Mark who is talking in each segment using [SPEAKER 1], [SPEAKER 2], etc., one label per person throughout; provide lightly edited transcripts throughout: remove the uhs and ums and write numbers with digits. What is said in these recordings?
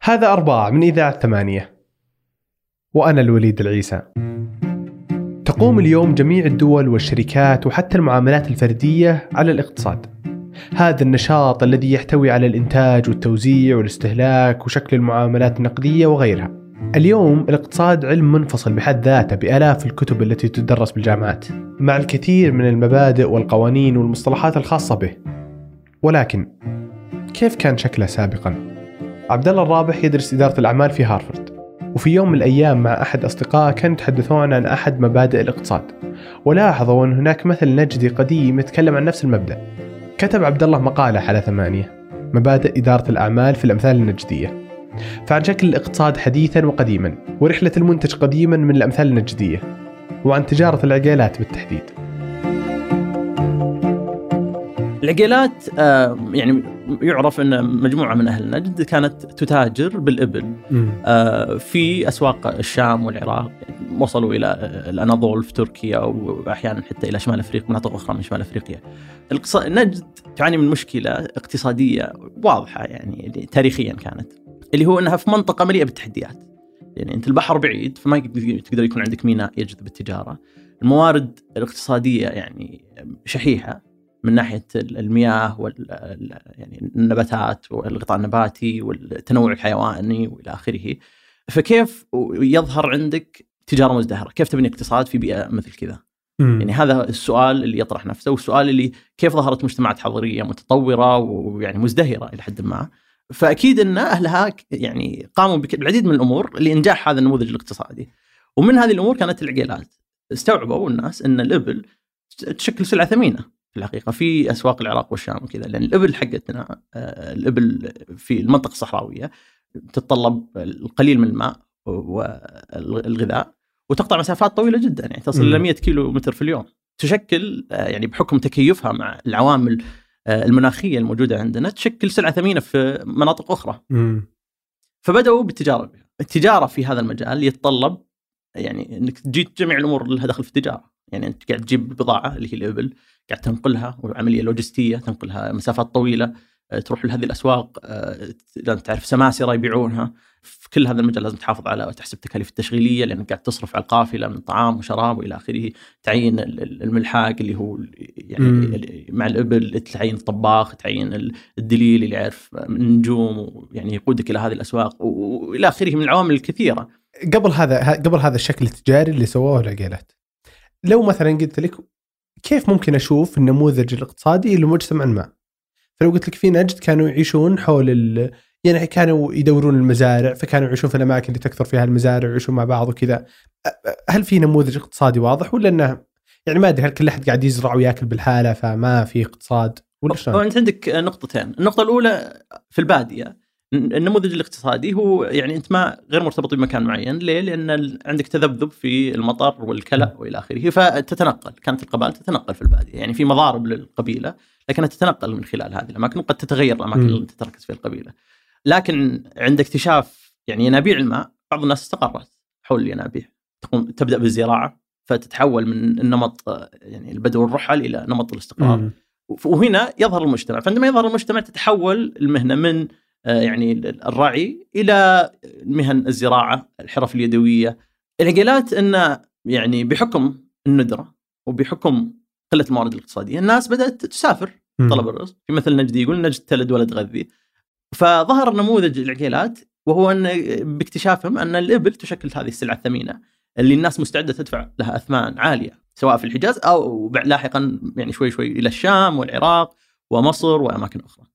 [SPEAKER 1] هذا أرباع من إذاعة 8 وأنا الوليد العيسى. تقوم اليوم جميع الدول والشركات وحتى المعاملات الفردية على الاقتصاد، هذا النشاط الذي يحتوي على الإنتاج والتوزيع والاستهلاك وشكل المعاملات النقدية وغيرها. اليوم الاقتصاد علم منفصل بحد ذاته بآلاف الكتب التي تدرس بالجامعات مع الكثير من المبادئ والقوانين والمصطلحات الخاصة به. ولكن كيف كان شكله سابقاً؟ عبد الله الرابح يدرس إدارة الأعمال في هارفارد، وفي يوم من الأيام مع أحد أصدقائه كانوا يتحدثون عن أحد مبادئ الاقتصاد، ولاحظوا أن هناك مثل نجدي قديم يتكلم عن نفس المبدأ. كتب عبد الله مقالة على 8 مبادئ إدارة الأعمال في الأمثال النجدية، فعن شكل الاقتصاد حديثا وقديما، ورحلة المنتج قديما من الأمثال النجدية، وعن تجارة العقيلات بالتحديد.
[SPEAKER 2] العقيلات يعني يعرف أن مجموعة من أهل نجد كانت تتاجر بالإبل في أسواق الشام والعراق، وصلوا إلى الأناضول في تركيا وأحيانا حتى إلى شمال أفريقيا، مناطق أخرى من شمال أفريقيا. نجد تعاني من مشكلة اقتصادية واضحة يعني تاريخيا كانت، اللي هو أنها في منطقة مليئة بالتحديات. يعني أنت البحر بعيد فما تقدر يكون عندك ميناء يجذب التجارة. الموارد الاقتصادية يعني شحيحة من ناحية المياه يعني النباتات والغطاء النباتي والتنوع الحيواني وإلى آخره. فكيف يظهر عندك تجارة مزدهرة؟ كيف تبني اقتصاد في بيئة مثل كذا؟ يعني هذا السؤال اللي يطرح نفسه، والسؤال اللي كيف ظهرت مجتمعات حضرية متطورة ويعني مزدهرة إلى حد ما. فأكيد أن أهلها يعني قاموا بالعديد من الأمور لإنجاح هذا النموذج الاقتصادي، ومن هذه الأمور كانت العقيلات. استوعبوا الناس أن الإبل تشكل سلعة ثمينة في الحقيقة في أسواق العراق والشام وكذا، لأن الإبل حقتنا الإبل في المنطقة الصحراوية تتطلب القليل من الماء والغذاء، وتقطع مسافات طويلة جدا، يعني تصل إلى 100 كيلو متر في اليوم. تشكل يعني بحكم تكيفها مع العوامل المناخية الموجودة عندنا تشكل سلعة ثمينة في مناطق أخرى. فبدأوا بالتجارة بها. التجارة في هذا المجال يتطلب يعني أنك تجيب جميع الأمور اللي لها دخل في التجارة. يعني أنت قاعد تجيب بضاعة اللي هي الإبل، قاعد تنقلها، وعملية لوجستية تنقلها مسافات طويلة، تروح لهذه الأسواق، لازم تعرف سماسرة يبيعونها. في كل هذا المجال لازم تحافظ على وتحسب تكاليف التشغيلية، لأنك قاعد تصرف على القافلة من طعام وشراب وإلى آخره. تعيين الملحاق اللي هو يعني مع الإبل، تعيين الطباخ، تعيين الدليل اللي يعرف النجوم يعني يقودك إلى هذه الأسواق وإلى آخره من العوامل الكثيرة.
[SPEAKER 1] قبل هذا الشكل التجاري اللي سووه العقيلات، لو مثلا قلت لك كيف ممكن أشوف النموذج الاقتصادي لمجتمع ما، فلو قلت لك في نجد كانوا يعيشون حول يعني كانوا يدورون المزارع، فكانوا يعيشون في الأماكن اللي تكثر فيها المزارع ويعيشون مع بعض وكذا. هل في نموذج اقتصادي واضح، ولا أنه يعني ما أدري هل كل أحد قاعد يزرع ويأكل بالحالة فما في اقتصاد، ولا شلون؟
[SPEAKER 2] أنت عندك نقطتين. النقطة الأولى في البادية، النموذج الاقتصادي هو يعني أنت ما غير مرتبط بمكان معين. ليه؟ لأن عندك تذبذب في المطر والكلأ وإلى آخره، فتتنقل. كانت القبائل تتنقل في البادية، يعني في مضارب للقبيلة لكنها تتنقل من خلال هذه الأماكن، وقد تتغير الأماكن اللي تتركز فيها القبيلة. لكن عند اكتشاف يعني ينابيع الماء، بعض الناس استقرت حول الينابيع، تبدأ بالزراعة فتتحول من النمط يعني البدو الرحل إلى نمط الاستقرار. وهنا يظهر المجتمع. فعندما يظهر المجتمع تتحول المهنة من يعني الرعي إلى مهن الزراعة، الحرف اليدوية. العقيلات أن يعني بحكم الندرة وبحكم قلة الموارد الاقتصادية الناس بدأت تسافر طلب الرزق. في مثل نجدي يقول نجد تلد ولا تغذي. فظهر نموذج العقيلات، وهو أن باكتشافهم أن الإبل تشكل هذه السلعة الثمينة اللي الناس مستعدة تدفع لها أثمان عالية، سواء في الحجاز أو لاحقا يعني شوي شوي إلى الشام والعراق ومصر وأماكن أخرى.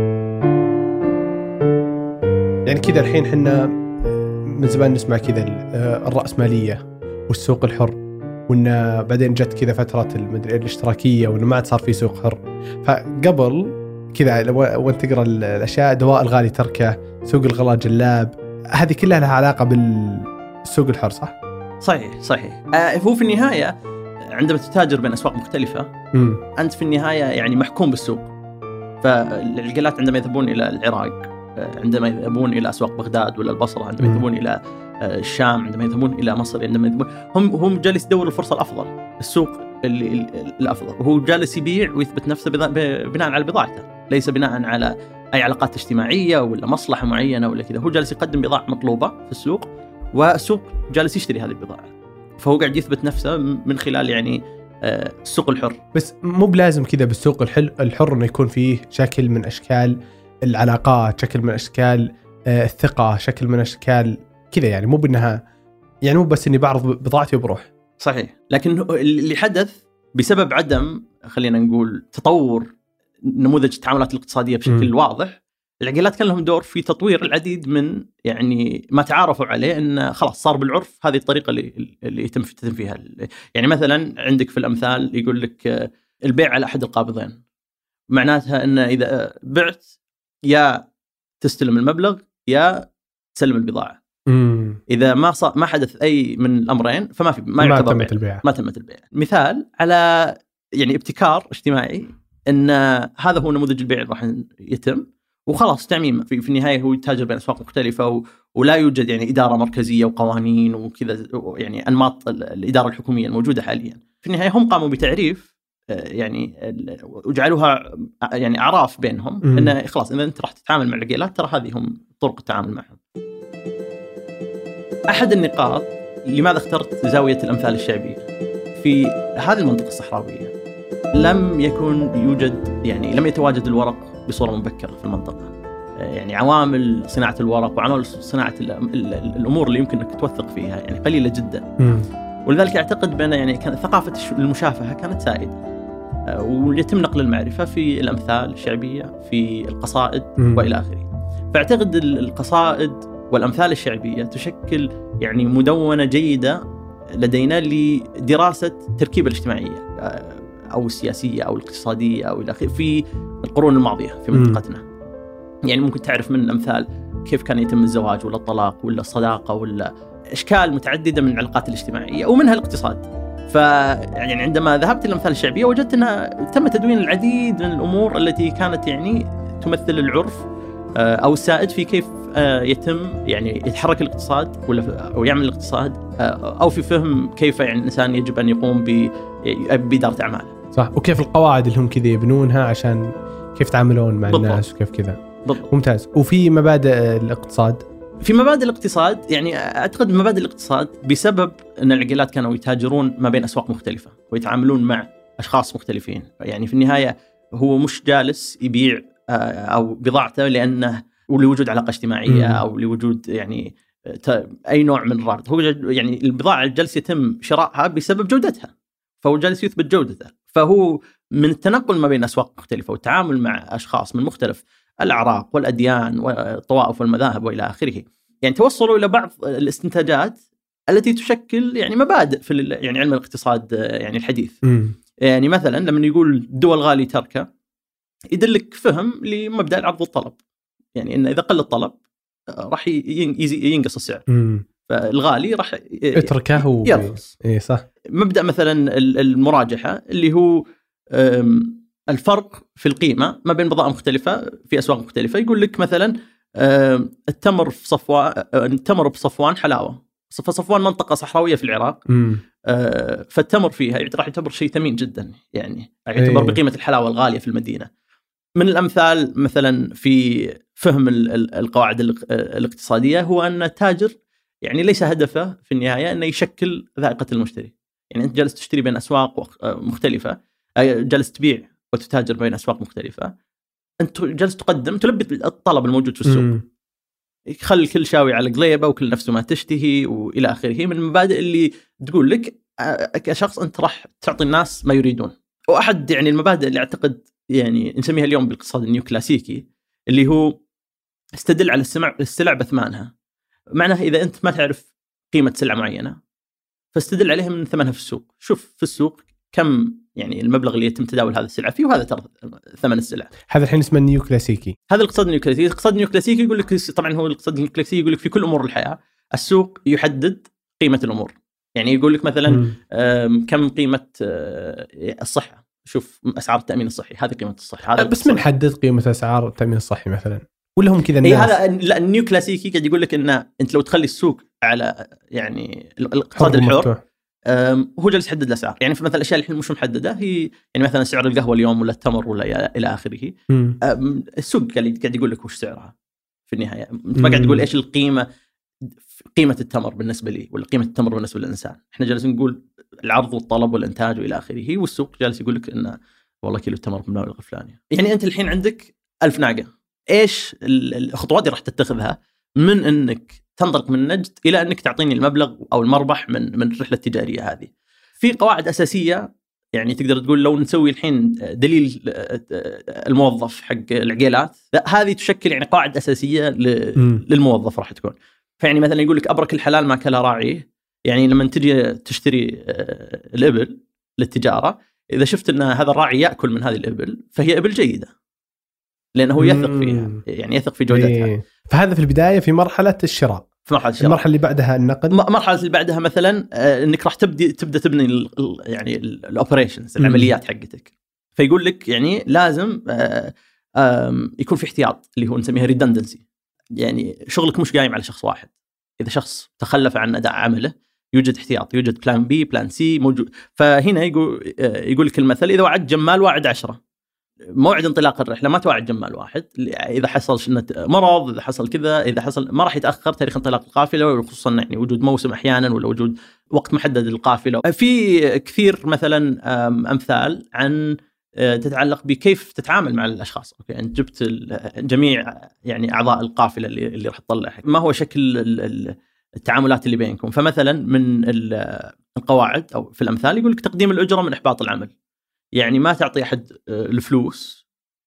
[SPEAKER 1] يعني كذا الحين حنا من زمان نسمع كذا الرأسمالية والسوق الحر، وإن بعدين جت كذا فترة الاشتراكية، وإنه ما عاد صار في سوق حر. فقبل كذا وانت تقرأ الأشياء، دواء الغالي تركه، سوق الغلا جلاب، هذه كلها لها علاقة بالسوق الحر، صح؟
[SPEAKER 2] صحيح. هو في النهاية عندما تتاجر بين أسواق مختلفة أنت في النهاية يعني محكوم بالسوق. فالعقيلات عندما يذهبون إلى العراق عندما يذهبون إلى أسواق بغداد ولا البصرة، عندما يذهبون إلى الشام، عندما يذهبون إلى مصر، عندما يذهبون هم جالس يدور الفرصة الأفضل، السوق الأفضل، وهو جالس يبيع ويثبت نفسه بناء على بضاعته، ليس بناء على أي علاقات اجتماعية ولا مصلحة معينة ولا كذا. هو جالس يقدم بضاعة مطلوبة في السوق، والسوق جالس يشتري هذه البضاعة، فهو قاعد يثبت نفسه من خلال يعني السوق الحر.
[SPEAKER 1] بس مو بلازم كذا بالسوق الحر إنه يكون فيه شكل من أشكال العلاقات، شكل من أشكال الثقة، شكل من أشكال كذا، يعني مو بأنها يعني مو بس إني بعرض بضاعتي وبروح.
[SPEAKER 2] صحيح، لكن اللي حدث بسبب عدم، خلينا نقول، تطور نموذج التعاملات الاقتصادية بشكل واضح. العقيلات كان لهم دور في تطوير العديد من يعني ما تعارفوا عليه، إن خلاص صار بالعرف هذه الطريقة اللي يتم فيها. يعني مثلا عندك في الأمثال يقول لك البيع على أحد القابضين، معناتها إن إذا بعت يا تستلم المبلغ يا تسلم البضاعة. إذا ما حدث أي من الأمرين فما في ما تمت البيع. مثال على يعني ابتكار اجتماعي إن هذا هو نموذج البيع اللي راح يتم، وخلاص تعميم في النهاية هو يتاجر بين أسواق مختلفة، ولا يوجد يعني إدارة مركزية وقوانين وكذا، يعني أنماط الإدارة الحكومية الموجودة حاليا. في النهاية هم قاموا بتعريف يعني وجعلوها يعني أعراف بينهم، إن خلاص إذا أنت راح تتعامل مع العقيلات ترى هذه هم طرق التعامل معهم. أحد النقاط لماذا اخترت زاوية الأمثال الشعبية في هذه المنطقة الصحراوية، لم يتواجد الورق بصورة مبكرة في المنطقة. يعني عوامل صناعة الورق وعوامل صناعة الأمور اللي يمكن أنك توثق فيها يعني قليلة جدا. ولذلك أعتقد بأن يعني كانت ثقافة المشافهة كانت سائدة، ويتم نقل المعرفة في الأمثال الشعبية، في القصائد وإلى آخره. فأعتقد القصائد والأمثال الشعبية تشكل يعني مدونة جيدة لدينا لدراسة التركيبة الاجتماعية أو السياسية أو الاقتصادية أو إلى آخره في القرون الماضية في منطقتنا. يعني ممكن تعرف من الأمثال كيف كان يتم الزواج ولا الطلاق ولا الصداقة ولا أشكال متعددة من العلاقات الاجتماعية ومنها الاقتصاد. فيعني عندما ذهبت الأمثال الشعبية وجدت أنها تم تدوين العديد من الأمور التي كانت يعني تمثل العرف أو السائد في كيف يتم يعني يتحرك الاقتصاد أو يعمل الاقتصاد، أو في فهم كيف يعني الإنسان يجب أن يقوم بإدارة أعماله.
[SPEAKER 1] صح، وكيف القواعد اللي هم كذا يبنونها عشان كيف يتعاملون مع
[SPEAKER 2] بالضبط.
[SPEAKER 1] الناس وكيف كذا. ممتاز. وفي مبادئ الاقتصاد،
[SPEAKER 2] في مبادئ الاقتصاد يعني أعتقد مبادئ الاقتصاد بسبب أن العقيلات كانوا يتاجرون ما بين أسواق مختلفة ويتعاملون مع أشخاص مختلفين. يعني في النهاية هو مش جالس يبيع أو بضاعته لأنه لوجود علاقة اجتماعية أو لوجود يعني أي نوع من الرابط. هو يعني البضاعة جالس يتم شرائها بسبب جودتها، فهو جالس يثبت جودته. فهو من التنقل ما بين أسواق مختلفة والتعامل مع أشخاص من مختلف الأعراق والأديان والطوائف والمذاهب وإلى آخره، يعني توصلوا إلى بعض الاستنتاجات التي تشكل يعني مبادئ في يعني علم الاقتصاد يعني الحديث. يعني مثلا لما يقول الدول غالي تركه، يدلك فهم لمبدأ العرض والطلب، يعني إن إذا قل الطلب راح ينقص السعر، فالغالي راح
[SPEAKER 1] اتركه
[SPEAKER 2] يرخص.
[SPEAKER 1] إيه صح.
[SPEAKER 2] مبدأ مثلا المراجحة اللي هو الفرق في القيمة ما بين بضائع مختلفة في أسواق مختلفة. يقول لك مثلا التمر بصفوان حلاوة، فصفوان منطقة صحراوية في العراق، فالتمر فيها راح يعتبر شيء ثمين جدا، يعني يعتبر بقيمة الحلاوة الغالية في المدينة. من الأمثال مثلا في فهم القواعد الاقتصادية هو أن التاجر يعني ليس هدفه في النهاية أنه يشكل ذائقة المشتري. يعني أنت جالس تشتري بين أسواق مختلفة، جالس تبيع وتتاجر بين أسواق مختلفة، أنت جالس تلبي الطلب الموجود في السوق. يخلي الكل شاوي على قليبه وكل نفسه ما تشتهي وإلى آخره، من المبادئ اللي تقول لك كشخص أنت راح تعطي الناس ما يريدون. وأحد يعني المبادئ اللي أعتقد يعني نسميها اليوم بالاقتصاد النيوكلاسيكي، اللي هو استدل على السلع بثمانها. معناه إذا أنت ما تعرف قيمة سلعة معينة فاستدل عليها من ثمنها في السوق. شوف في السوق كم يعني المبلغ اللي يتم تداول هذه السلعة فيه، وهذا ترى ثمن السلع.
[SPEAKER 1] هذا الحين اسمه النيوكلاسيكي.
[SPEAKER 2] هذا الاقتصاد النيوكلاسيكي. الاقتصاد النيوكلاسيكي يقول لك طبعا هو الاقتصاد النيوكلاسيكي يقول لك في كل أمور الحياة السوق يحدد قيمة الأمور. يعني يقول لك مثلا كم قيمة الصحة، شوف أسعار التأمين الصحي، هذه قيمة الصحة. هذا
[SPEAKER 1] بس من حدد قيمة أسعار التأمين الصحي مثلا؟ ولا هم كذا الناس؟
[SPEAKER 2] هذا لا، النيو كلاسيكي قاعد يقول لك ان انت لو تخلي السوق على يعني الاقتصاد الحر، هو جالس يحدد الاسعار. يعني في مثلا الاشياء اللي مش محدده هي يعني مثلا سعر القهوه اليوم ولا التمر ولا الى اخره. السوق قاعد يقول لك وش سعرها في النهايه. انت ما قاعد تقول ايش قيمه التمر بالنسبه لي ولا قيمه التمر بالنسبه للانسان. احنا جالسين نقول العرض والطلب والانتاج والى اخره، والسوق جالس يقول لك انه والله كيلو التمر بالمبلغ الفلاني. يعني انت الحين عندك 1000 ناقه، ايش الخطوات اللي راح تتخذها من انك تنطلق من نجد الى انك تعطيني المبلغ او المربح من الرحله التجاريه هذه؟ في قواعد اساسيه يعني تقدر تقول لو نسوي الحين دليل الموظف حق العقيلات، لا هذه تشكل يعني قواعد اساسيه للموظف راح تكون. فيعني مثلا يقول لك ابرك الحلال ما كلا راعيه. يعني لما تجي تشتري الابل للتجاره، اذا شفت ان هذا الراعي ياكل من هذه الابل فهي ابل جيده، لانه يثق فيها، يعني يثق في جودتها.
[SPEAKER 1] فهذا في البدايه في مرحله الشراء.
[SPEAKER 2] في مرحله الشراء.
[SPEAKER 1] المرحله اللي بعدها النقد.
[SPEAKER 2] مرحله اللي بعدها مثلا انك راح تبدا تبني يعني الاوبريشنز، العمليات حقتك. فيقول لك يعني لازم يكون في احتياط اللي هو نسميها ريدندنسي. يعني شغلك مش قايم على شخص واحد. اذا شخص تخلف عن اداء عمله يوجد احتياط، يوجد بلان بي بلان سي موجود. فهنا يقول لك المثل اذا وعد جمال وعد 10. موعد انطلاق الرحله ما توعد جمال واحد، اذا حصل مرض، اذا حصل كذا، اذا حصل ما راح يتاخر تاريخ انطلاق القافله، وخصوصا يعني وجود موسم احيانا ولا وجود وقت محدد للقافله. في كثير مثلا امثال عن تتعلق بكيف تتعامل مع الاشخاص. اوكي انت جبت جميع يعني اعضاء القافله اللي راح تطلعها، ما هو شكل التعاملات اللي بينكم. فمثلا من القواعد او في الامثال يقول لك تقديم الاجره من احباط العمل. يعني ما تعطي أحد الفلوس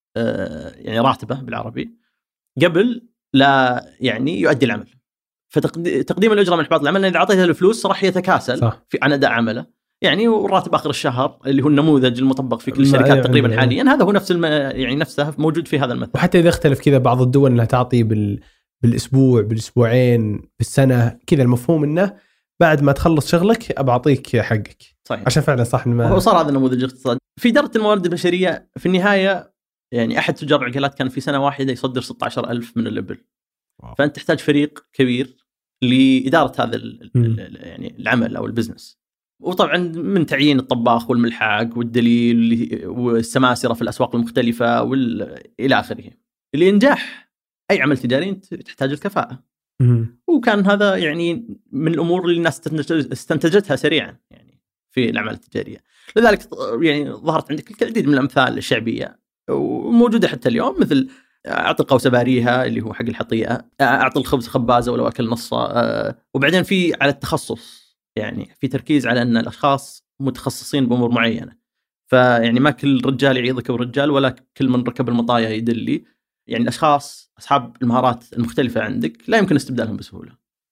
[SPEAKER 2] يعني راتبه بالعربي قبل لا يعني يؤدي العمل. فتقديم الأجرة من إحباط العمل، لأن إذا أعطيته الفلوس راح يتكاسل في عن أداء عمله. يعني والراتب آخر الشهر اللي هو النموذج المطبق في كل الشركات تقريبا حاليا، هذا هو نفس يعني نفسه موجود في هذا المثل.
[SPEAKER 1] وحتى إذا اختلف كذا بعض الدول أنها تعطي بالأسبوع، بالأسبوعين، بالسنة، كذا المفهوم أنه بعد ما تخلص شغلك أبعطيك حقك.
[SPEAKER 2] صحيح.
[SPEAKER 1] عشان فعلا صح
[SPEAKER 2] وصار هذا النموذج الاقتصادي. في إدارة الموارد البشرية في النهاية يعني أحد تجار العقيلات كان في سنة واحدة يصدر 16,000 من الإبل. فأنت تحتاج فريق كبير لإدارة هذا يعني العمل أو البزنس. وطبعا من تعيين الطباخ والملحق والدليل والسماسرة في الأسواق المختلفة إلى آخره. لإنجاح أي عمل تجاري أنت تحتاج الكفاءة. وكان هذا يعني من الأمور اللي الناس استنتجتها سريعا يعني في الأعمال التجارية. لذلك يعني ظهرت عندك العديد من الأمثال الشعبية وموجودة حتى اليوم، مثل أعطي القوس باريها اللي هو حق الحطيئة، أعطي الخبز خبازة ولو أكل نصه. وبعدين في على التخصص، يعني في تركيز على أن الأشخاص متخصصين بأمور معينة. فيعني ما كل رجال يعيضك برجال ولا كل من ركب المطايا يدلي. يعني الأشخاص أصحاب المهارات المختلفة عندك لا يمكن استبدالهم بسهولة.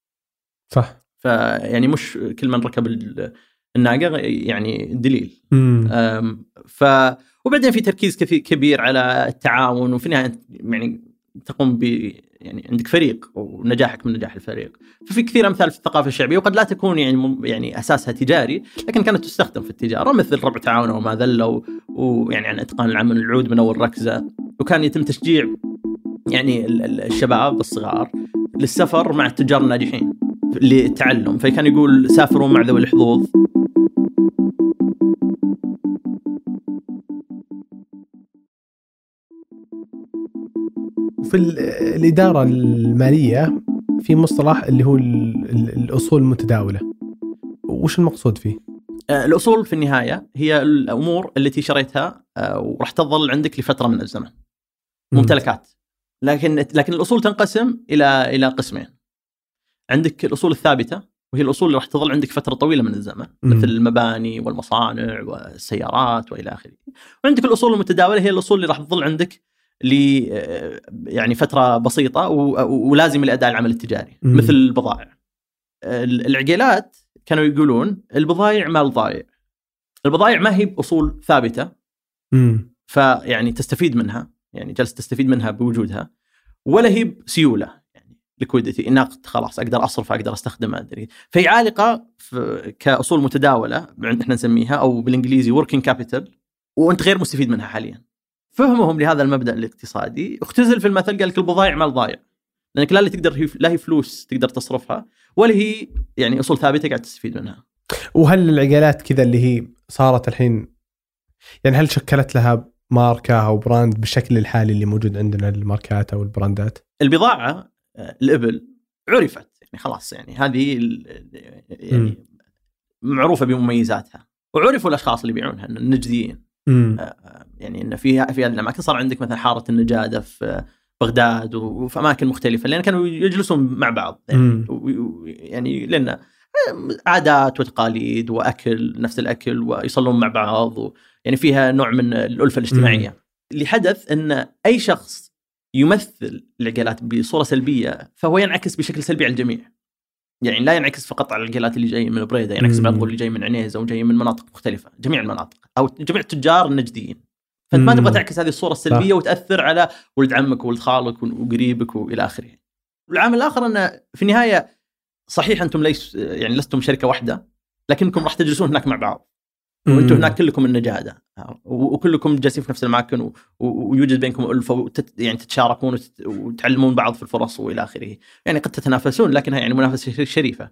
[SPEAKER 1] صح.
[SPEAKER 2] فيعني مش كل من ركب الناقة يعني دليل. وبعدين في تركيز كبير على التعاون، وفي النهاية يعني تقوم يعني عندك فريق ونجاحك من نجاح الفريق. ففي كثير أمثال في الثقافة الشعبية وقد لا تكون يعني أساسها تجاري، لكن كانت تستخدم في التجارة، مثل ربع تعاون وما ذل، ويعني عن إتقان العمل، العود من أول ركزة. وكان يتم تشجيع يعني الشباب الصغار للسفر مع التجار الناجحين للتعلم. فكان يقول سافروا مع ذوي الحظوظ.
[SPEAKER 1] وفي الإدارة المالية في مصطلح اللي هو الأصول المتداولة. وش المقصود فيه؟
[SPEAKER 2] الأصول في النهاية هي الأمور التي شريتها وراح تظل عندك لفترة من الزمن، ممتلكات. لكن الأصول تنقسم إلى قسمين. عندك الأصول الثابتة، وهي الأصول اللي راح تظل عندك فترة طويلة من الزمن، مثل المباني والمصانع والسيارات وإلى آخره. وعندك الأصول المتداولة، هي الأصول اللي راح تظل عندك يعني فترة بسيطة ولازم لأداء العمل التجاري، مثل البضائع. العقيلات كانوا يقولون البضائع مال ضائع. البضائع ما هي بأصول ثابتة، فيعني تستفيد منها، يعني جالس تستفيد منها بوجودها، ولا هي بسيولة، يعني ليكويديتي، نقد خلاص أقدر أصرف أقدر أستخدمها. فهي عالقة كأصول متداولة احنا نسميها، أو بالإنجليزي working capital، وأنت غير مستفيد منها حاليا. فهمهم لهذا المبدأ الاقتصادي اختزل في المثل، قال لك البضائع مال ضايع، لأنك لا اللي تقدر لا هي فلوس تقدر تصرفها ولا هي يعني أصول ثابتة قاعد تستفيد منها.
[SPEAKER 1] وهل العقالات كذا اللي هي صارت الحين يعني هل شكلت لها ماركة أو براند بالشكل الحالي اللي موجود عندنا الماركات أو البراندات؟
[SPEAKER 2] البضاعة الإبل عرفت يعني خلاص، يعني هذه يعني معروفة بمميزاتها، وعرفوا الأشخاص اللي يبيعونها النجديين. يعني إن في هذه الأماكن صار عندك مثلا حارة النجادة في بغداد وفي أماكن مختلفة، لأن كانوا يجلسون مع بعض يعني لأن عادات وتقاليد وأكل نفس الأكل ويصلون مع بعض، يعني فيها نوع من الألفة الاجتماعية. اللي حدث أن أي شخص يمثل العقالات بصورة سلبية فهو ينعكس بشكل سلبي على الجميع، يعني لا ينعكس فقط على العقالات اللي جاي من بريدة، ينعكس بعض اللي جاي من عنيزة أو جاي من مناطق مختلفة، جميع المناطق أو جميع التجار النجديين. فأنت ما تبغى تعكس هذه الصورة السلبية وتأثر على ولد عمك وولد خالك وقريبك وإلى آخره. والعامل الآخر أن في النهاية صحيح أنتم يعني لستم شركة واحدة، لكنكم راح تجلسون هناك مع بعض، وأنتم هناك كلكم النجادة وكلكم جالسين في نفس المكان ويوجد بينكم ألفة يعني تتشاركون وتعلمون بعض في الفرص وإلى آخره. يعني قد تتنافسون لكنها يعني منافسة شريفة.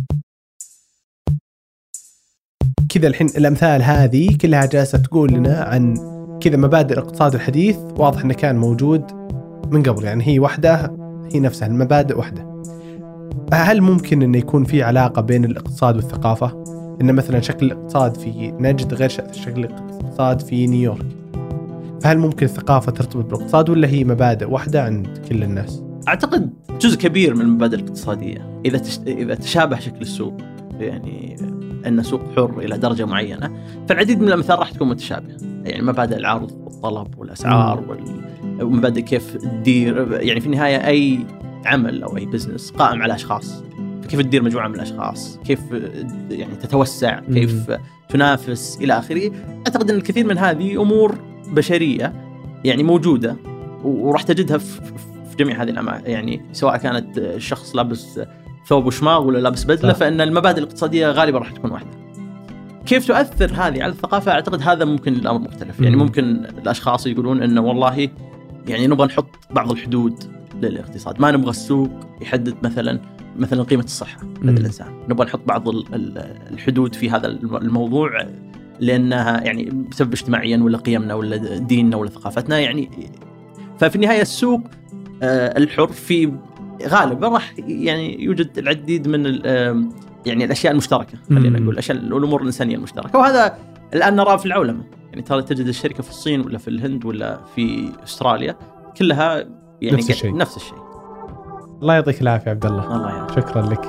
[SPEAKER 1] كذا الحين الأمثال هذه كلها جالسة تقول لنا عن كذا مبادئ الاقتصاد الحديث، واضح أنه كان موجود من قبل، يعني هي وحدة، هي نفسها المبادئ وحدة. هل ممكن أن يكون في علاقة بين الاقتصاد والثقافة؟ إن مثلا شكل الاقتصاد في نجد غير شكل الاقتصاد في نيويورك، فهل ممكن الثقافة ترتبط بالاقتصاد ولا هي مبادئ واحدة عند كل الناس؟
[SPEAKER 2] أعتقد جزء كبير من المبادئ الاقتصادية إذا تشابه شكل السوق، يعني أن سوق حر إلى درجة معينة، فالعديد من الأمثال راح تكون متشابهة. يعني مبادئ العرض والطلب والأسعار ومبادئ كيف تدير، يعني في النهاية أي عمل أو أي بزنس قائم على أشخاص، كيف تدير مجموعة من الأشخاص، كيف يعني تتوسع، كيف تنافس إلى آخره. أعتقد أن الكثير من هذه أمور بشرية يعني موجودة وراح تجدها في جميع هذه الأماكن، يعني سواء كانت الشخص لابس ثوب وشماغ ولا لابس بدلة، فإن المبادئ الاقتصادية غالبا راح تكون واحدة. كيف تؤثر هذه على الثقافة؟ أعتقد هذا ممكن الأمر مختلف. يعني ممكن الأشخاص يقولون إنه والله يعني نبغى نحط بعض الحدود للاقتصاد، ما نبغى السوق يحدد مثلا قيمة الصحة لدى الإنسان، نبغى نحط بعض الحدود في هذا الموضوع لأنها يعني بسبب اجتماعيا ولا قيمنا ولا ديننا ولا ثقافتنا. يعني ففي النهاية السوق الحر في غالبا راح يعني يوجد العديد من يعني الأشياء المشتركة، خلينا نقول الأمور الإنسانية المشتركة، وهذا الآن نراه في العولمة. يعني ترى تجد الشركة في الصين ولا في الهند ولا في أستراليا كلها يعني نفس الشيء.
[SPEAKER 1] الله يعطيك العافية عبد الله.
[SPEAKER 2] الله يعافيك.
[SPEAKER 1] شكرا لك.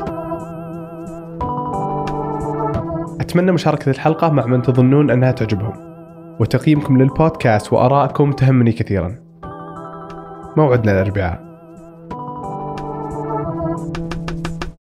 [SPEAKER 1] أتمنى مشاركة الحلقة مع من تظنون أنها تعجبهم، وتقييمكم للبودكاست وآرائكم تهمني كثيرا. موعدنا الأربعاء.